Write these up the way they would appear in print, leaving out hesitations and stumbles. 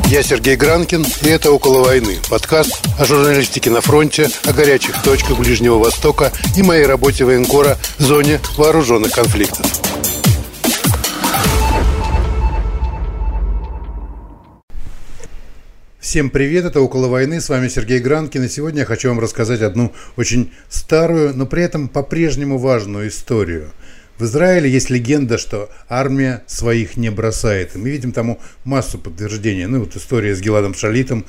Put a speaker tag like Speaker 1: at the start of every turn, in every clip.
Speaker 1: Я Сергей Гранкин, и это «Около войны» – подкаст о журналистике на фронте, о горячих точках Ближнего Востока и моей работе военкора в зоне вооруженных конфликтов. Всем привет, это «Около войны», с вами Сергей Гранкин, и сегодня я хочу вам рассказать одну очень старую, но при этом по-прежнему важную историю. В Израиле есть легенда, что армия своих не бросает. И мы видим тому массу подтверждений. Вот история с Гиладом Шалитом.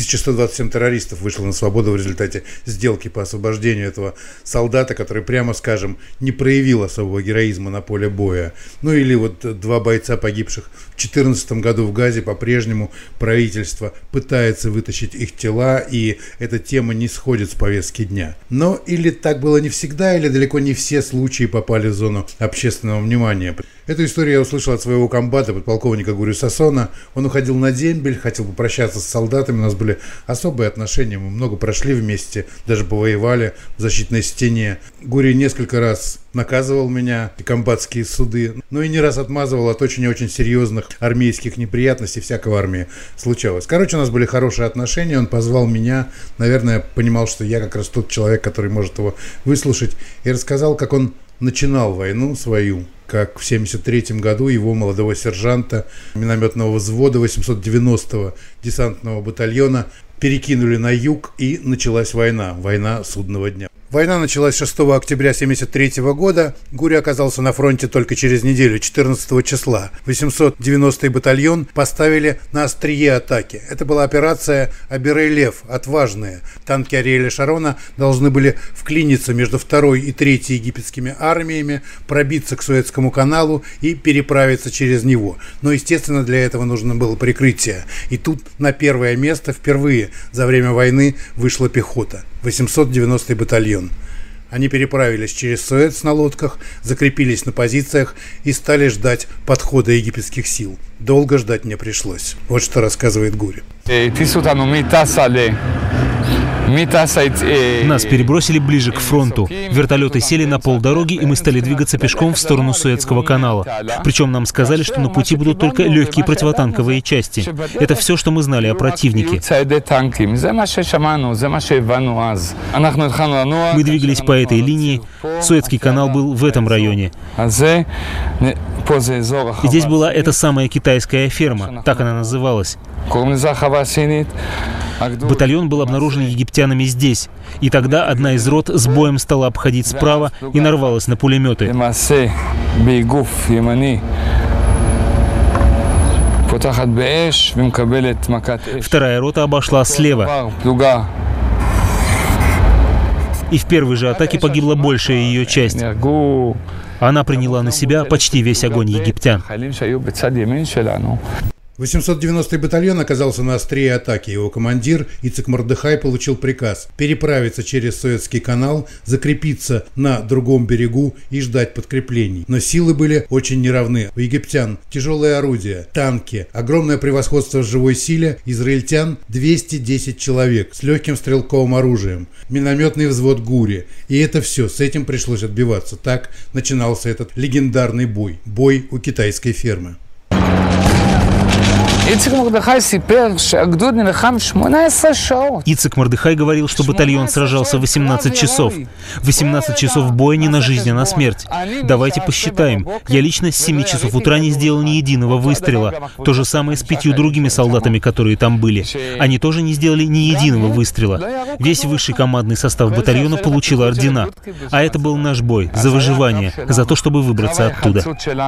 Speaker 1: 1127 террористов вышло на свободу в результате сделки по освобождению этого солдата, который, прямо скажем, не проявил особого героизма на поле боя. Или два бойца, погибших в 2014 году в Газе, по-прежнему правительство пытается вытащить их тела, и эта тема не сходит с повестки дня. Но или так было не всегда, или далеко не все случаи попали в зону общественного внимания. Эту историю я услышал от своего комбата, подполковника Гури Сасона. Он уходил на дембель, хотел попрощаться с солдатами. У нас были особые отношения, мы много прошли вместе, даже повоевали в защитной стене. Гури несколько раз наказывал меня, и комбатские суды, но и не раз отмазывал от очень и очень серьезных армейских неприятностей, всякого в армии случалось. У нас были хорошие отношения, он позвал меня, наверное, понимал, что я как раз тот человек, который может его выслушать, и рассказал, как он начинал войну свою, как в 1973 году его молодого сержанта минометного взвода 890-го десантного батальона перекинули на юг, и началась война судного дня. Война началась 6 октября 1973 года. Гури оказался на фронте только через неделю, 14 числа. 890-й батальон поставили на острие атаки. Это была операция «Абер-эй-Лев», отважная. Танки Ариэля Шарона должны были вклиниться между 2-й и 3-й египетскими армиями, пробиться к Суэцкому каналу и переправиться через него. Но, естественно, для этого нужно было прикрытие. И тут на первое место впервые за время войны вышла пехота. 890-й батальон. Они переправились через Суэц на лодках, закрепились на позициях и стали ждать подхода египетских сил. Долго ждать не пришлось. Вот что рассказывает Гури.
Speaker 2: Нас перебросили ближе к фронту. Вертолеты сели на полдороги, и мы стали двигаться пешком в сторону Суэцкого канала. Причем нам сказали, что на пути будут только легкие противотанковые части. Это все, что мы знали о противнике. Мы двигались по этой линии. Суэцкий канал был в этом районе. И здесь была эта самая китайская ферма. Так она называлась. Батальон был обнаружен египтянами здесь. И тогда одна из рот с боем стала обходить справа и нарвалась на пулеметы. Вторая рота обошла слева. И в первой же атаке погибла большая ее часть. Она приняла на себя почти весь огонь египтян.
Speaker 1: 890-й батальон оказался на острие атаки. Его командир Ицхак Мордехай получил приказ переправиться через Суэцкий канал, закрепиться на другом берегу и ждать подкреплений. Но силы были очень неравны. У египтян тяжелые орудия, танки, огромное превосходство в живой силе, израильтян 210 человек с легким стрелковым оружием, минометный взвод Гури. И это все, с этим пришлось отбиваться. Так начинался этот легендарный бой. Бой у китайской фермы.
Speaker 2: Ицхак Мордехай говорил, что батальон сражался 18 часов. 18 часов боя не на жизнь, а на смерть. Давайте посчитаем. Я лично с 7 часов утра не сделал ни единого выстрела. То же самое с 5 другими солдатами, которые там были. Они тоже не сделали ни единого выстрела. Весь высший командный состав батальона получил ордена. А это был наш бой за выживание, за то, чтобы выбраться оттуда.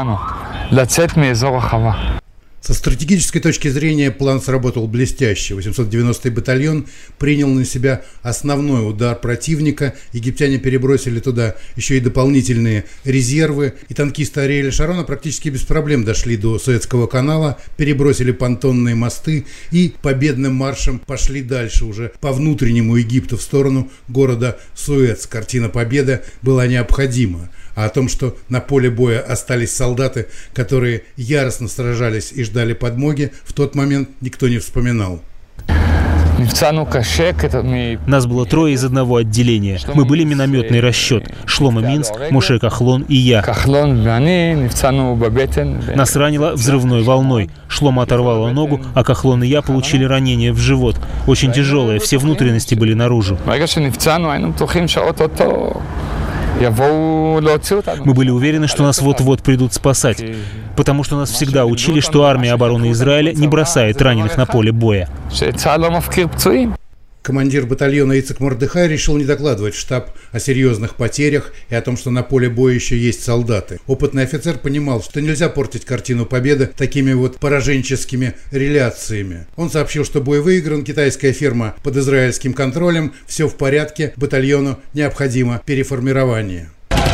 Speaker 1: Со стратегической точки зрения план сработал блестяще. 890-й батальон принял на себя основной удар противника. Египтяне перебросили туда еще и дополнительные резервы. И танкисты Ариэля Шарона практически без проблем дошли до Суэцкого канала, перебросили понтонные мосты и победным маршем пошли дальше уже по внутреннему Египту в сторону города Суэц. Картина победы была необходима. А о том, что на поле боя остались солдаты, которые яростно сражались и ждали подмоги, в тот момент никто не вспоминал.
Speaker 2: Нас было 3 из одного отделения. Мы были минометный расчет. Шломо Минц, Моше Кахлон и я. Нас ранило взрывной волной. Шломо оторвало ногу, а Кахлон и я получили ранение в живот. Очень тяжелое, все внутренности были наружу. Мы были уверены, что нас вот-вот придут спасать, потому что нас всегда учили, что армия обороны Израиля не бросает раненых на поле боя.
Speaker 1: Командир батальона Ицхак Мордехай решил не докладывать в штаб о серьезных потерях и о том, что на поле боя еще есть солдаты. Опытный офицер понимал, что нельзя портить картину победы такими вот пораженческими реляциями. Он сообщил, что бой выигран, китайская ферма под израильским контролем, все в порядке, батальону необходимо переформирование.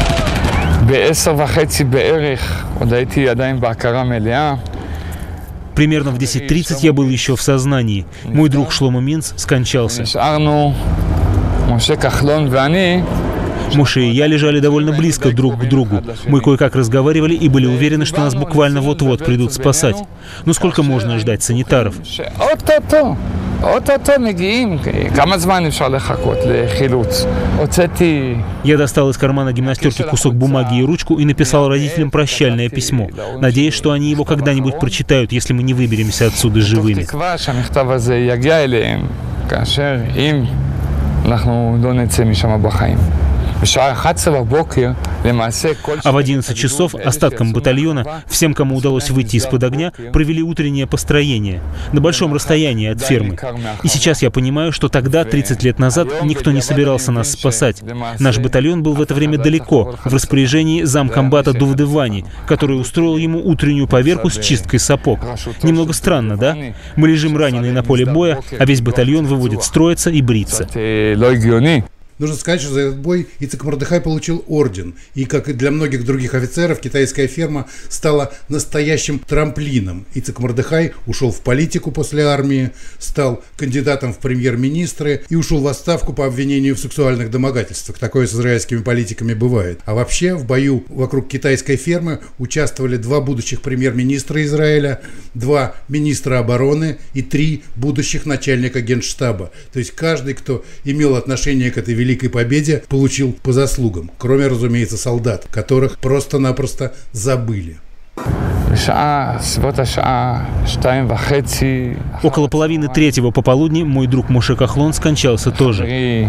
Speaker 2: Примерно в 10:30 я был еще в сознании. Мой друг Шломо Минц скончался. Моше и я лежали довольно близко друг к другу. Мы кое-как разговаривали и были уверены, что нас буквально вот-вот придут спасать. Но сколько можно ждать санитаров? Я достал из кармана гимнастерки кусок бумаги и ручку и написал родителям прощальное письмо, надеясь, что они его когда-нибудь прочитают, если мы не выберемся отсюда живыми. А в 11 часов остаткам батальона, всем, кому удалось выйти из-под огня, провели утреннее построение на большом расстоянии от фермы. И сейчас я понимаю, что тогда, 30 лет назад, никто не собирался нас спасать. Наш батальон был в это время далеко, в распоряжении замкомбата Довдевани, который устроил ему утреннюю поверку с чисткой сапог. Немного странно, да? Мы лежим раненые на поле боя, а весь батальон выводит строиться и бриться.
Speaker 1: Нужно сказать, что за этот бой Ицхак Мордехай получил орден. И, как и для многих других офицеров, китайская ферма стала настоящим трамплином. Ицхак Мордехай ушел в политику после армии, стал кандидатом в премьер-министры и ушел в отставку по обвинению в сексуальных домогательствах. Такое с израильскими политиками бывает. А вообще в бою вокруг китайской фермы участвовали 2 будущих премьер-министра Израиля, 2 министра обороны и 3 будущих начальника генштаба. То есть каждый, кто имел отношение к этой великой победе, получил по заслугам, кроме, разумеется, солдат, которых просто-напросто забыли.
Speaker 2: Около половины 3-го пополудни мой друг Моше Кахлон скончался тоже.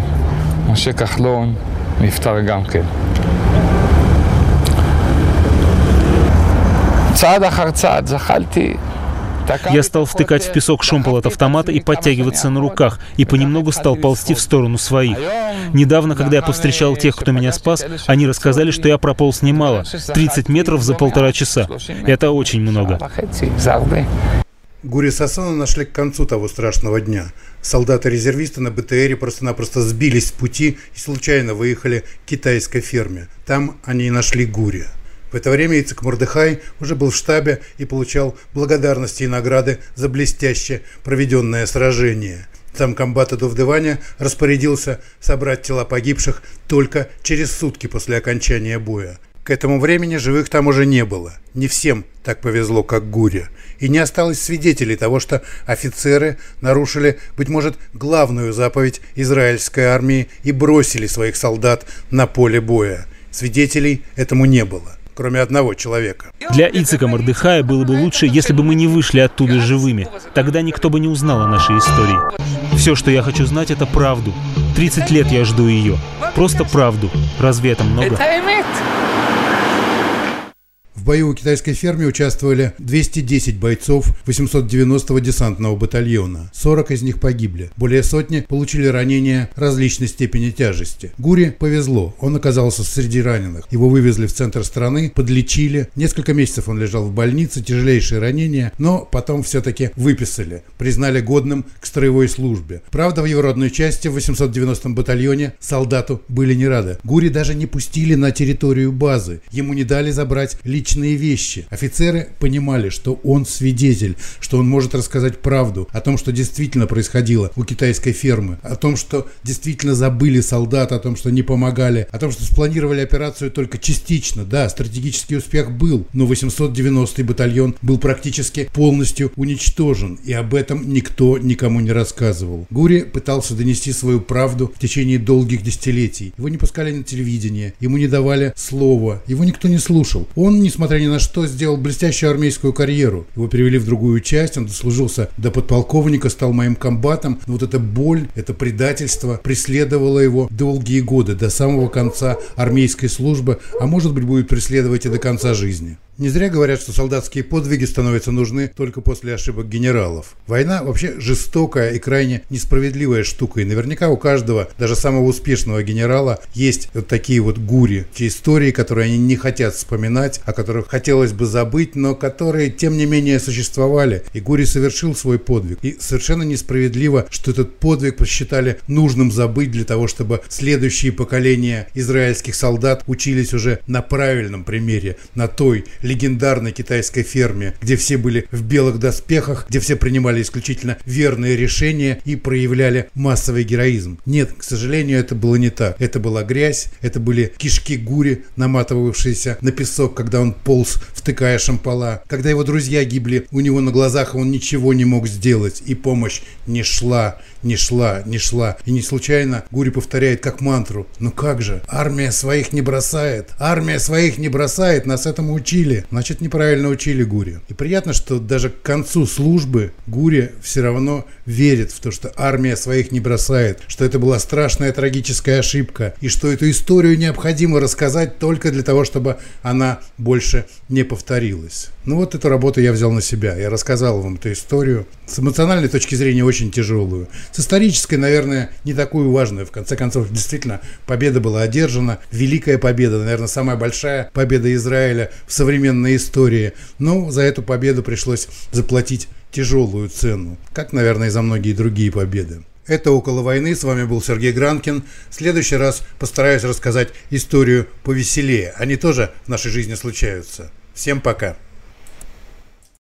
Speaker 2: Я стал втыкать в песок шомпол от автомата и подтягиваться на руках, и понемногу стал ползти в сторону своих. Недавно, когда я повстречал тех, кто меня спас, они рассказали, что я прополз немало, 30 метров за 1,5 часа. Это очень много.
Speaker 1: Гури Сасана нашли к концу того страшного дня. Солдаты-резервисты на БТРе просто-напросто сбились с пути и случайно выехали к китайской ферме. Там они и нашли Гури. В это время Ицхак Мордехай уже был в штабе и получал благодарности и награды за блестяще проведенное сражение. Замкомбата Довдеваня распорядился собрать тела погибших только через сутки после окончания боя. К этому времени живых там уже не было. Не всем так повезло, как Гуре. И не осталось свидетелей того, что офицеры нарушили, быть может, главную заповедь израильской армии и бросили своих солдат на поле боя. Свидетелей этому не было, кроме одного человека.
Speaker 2: Для Ицхака Мордехая было бы лучше, если бы мы не вышли оттуда живыми. Тогда никто бы не узнал о нашей истории. Все, что я хочу знать, это правду. 30 лет я жду ее. Просто правду. Разве это много?
Speaker 1: В бою у китайской фермы участвовали 210 бойцов 890-го десантного батальона. 40 из них погибли. Более сотни получили ранения различной степени тяжести. Гуре повезло. Он оказался среди раненых. Его вывезли в центр страны, подлечили. Несколько месяцев он лежал в больнице, тяжелейшие ранения, но потом все-таки выписали. Признали годным к строевой службе. Правда, в его родной части, в 890-м батальоне, солдату были не рады. Гуре даже не пустили на территорию базы. Ему не дали забрать личные личные вещи. Офицеры понимали, что он свидетель, что он может рассказать правду о том, что действительно происходило у китайской фермы, о том, что действительно забыли солдат, о том, что не помогали, о том, что спланировали операцию только частично. Да, стратегический успех был, но 890-й батальон был практически полностью уничтожен, и об этом никто никому не рассказывал. Гури пытался донести свою правду в течение долгих десятилетий. Его не пускали на телевидение, ему не давали слова, его никто не слушал. Он, несмотря ни на что, сделал блестящую армейскую карьеру. Его перевели в другую часть, он дослужился до подполковника, стал моим комбатом. Но вот эта боль, это предательство преследовало его долгие годы, до самого конца армейской службы, а может быть, будет преследовать и до конца жизни. Не зря говорят, что солдатские подвиги становятся нужны только после ошибок генералов. Война вообще жестокая и крайне несправедливая штука, и наверняка у каждого, даже самого успешного генерала, есть вот такие вот гури, те истории, которые они не хотят вспоминать, о которых хотелось бы забыть, но которые, тем не менее, существовали. И Гури совершил свой подвиг. И совершенно несправедливо, что этот подвиг посчитали нужным забыть для того, чтобы следующие поколения израильских солдат учились уже на правильном примере, на той легендарной китайской ферме, где все были в белых доспехах, где все принимали исключительно верные решения и проявляли массовый героизм. Нет, к сожалению, это было не так. Это была грязь, это были кишки Гури, наматывавшиеся на песок, когда он полз, втыкая шомпола. Когда его друзья гибли у него на глазах, он ничего не мог сделать, и помощь не шла, не шла, не шла. И не случайно Гури повторяет как мантру: ну как же, армия своих не бросает, армия своих не бросает, нас этому учили. Значит, неправильно учили Гури. И приятно, что даже к концу службы Гури все равно верит в то, что армия своих не бросает, что это была страшная трагическая ошибка, и что эту историю необходимо рассказать только для того, чтобы она больше не повторилась. Ну вот эту работу я взял на себя. Я рассказал вам эту историю. С эмоциональной точки зрения очень тяжелую. С исторической, наверное, не такую важную. В конце концов, действительно, победа была одержана. Великая победа, наверное, самая большая победа Израиля в современной истории. Но за эту победу пришлось заплатить тяжелую цену. Как, наверное, и за многие другие победы. Это «Около войны». С вами был Сергей Гранкин. В следующий раз постараюсь рассказать историю повеселее. Они тоже в нашей жизни случаются. Всем пока.